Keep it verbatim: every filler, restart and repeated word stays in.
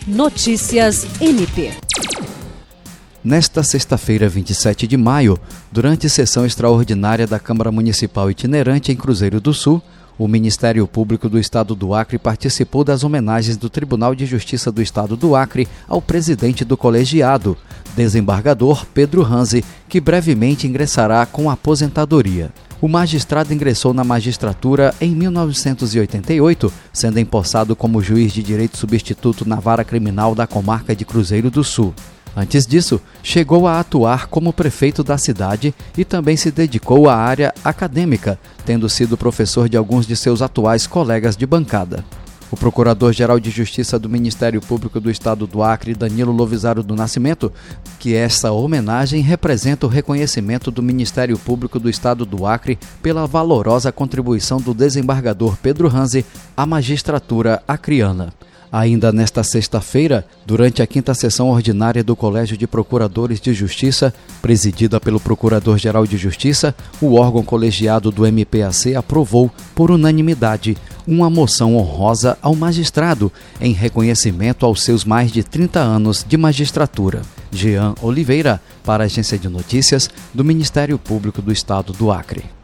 Notícias M P. Nesta sexta-feira, vinte e sete de maio, durante sessão extraordinária da Câmara Municipal Itinerante em Cruzeiro do Sul, o Ministério Público do Estado do Acre participou das homenagens do Tribunal de Justiça do Estado do Acre ao presidente do colegiado, desembargador Pedro Hanzi, que brevemente ingressará com aposentadoria. O magistrado ingressou na magistratura em mil novecentos e oitenta e oito, sendo empossado como juiz de direito substituto na Vara Criminal da comarca de Cruzeiro do Sul. Antes disso, chegou a atuar como prefeito da cidade e também se dedicou à área acadêmica, tendo sido professor de alguns de seus atuais colegas de bancada. O Procurador-Geral de Justiça do Ministério Público do Estado do Acre, Danilo Lovisaro do Nascimento, que essa homenagem representa o reconhecimento do Ministério Público do Estado do Acre pela valorosa contribuição do desembargador Pedro Hanzi à magistratura acreana. Ainda nesta sexta-feira, durante a quinta sessão ordinária do Colégio de Procuradores de Justiça, presidida pelo Procurador-Geral de Justiça, o órgão colegiado do M P A C aprovou, por unanimidade, uma moção honrosa ao magistrado, em reconhecimento aos seus mais de trinta anos de magistratura. Jean Oliveira, para a Agência de Notícias do Ministério Público do Estado do Acre.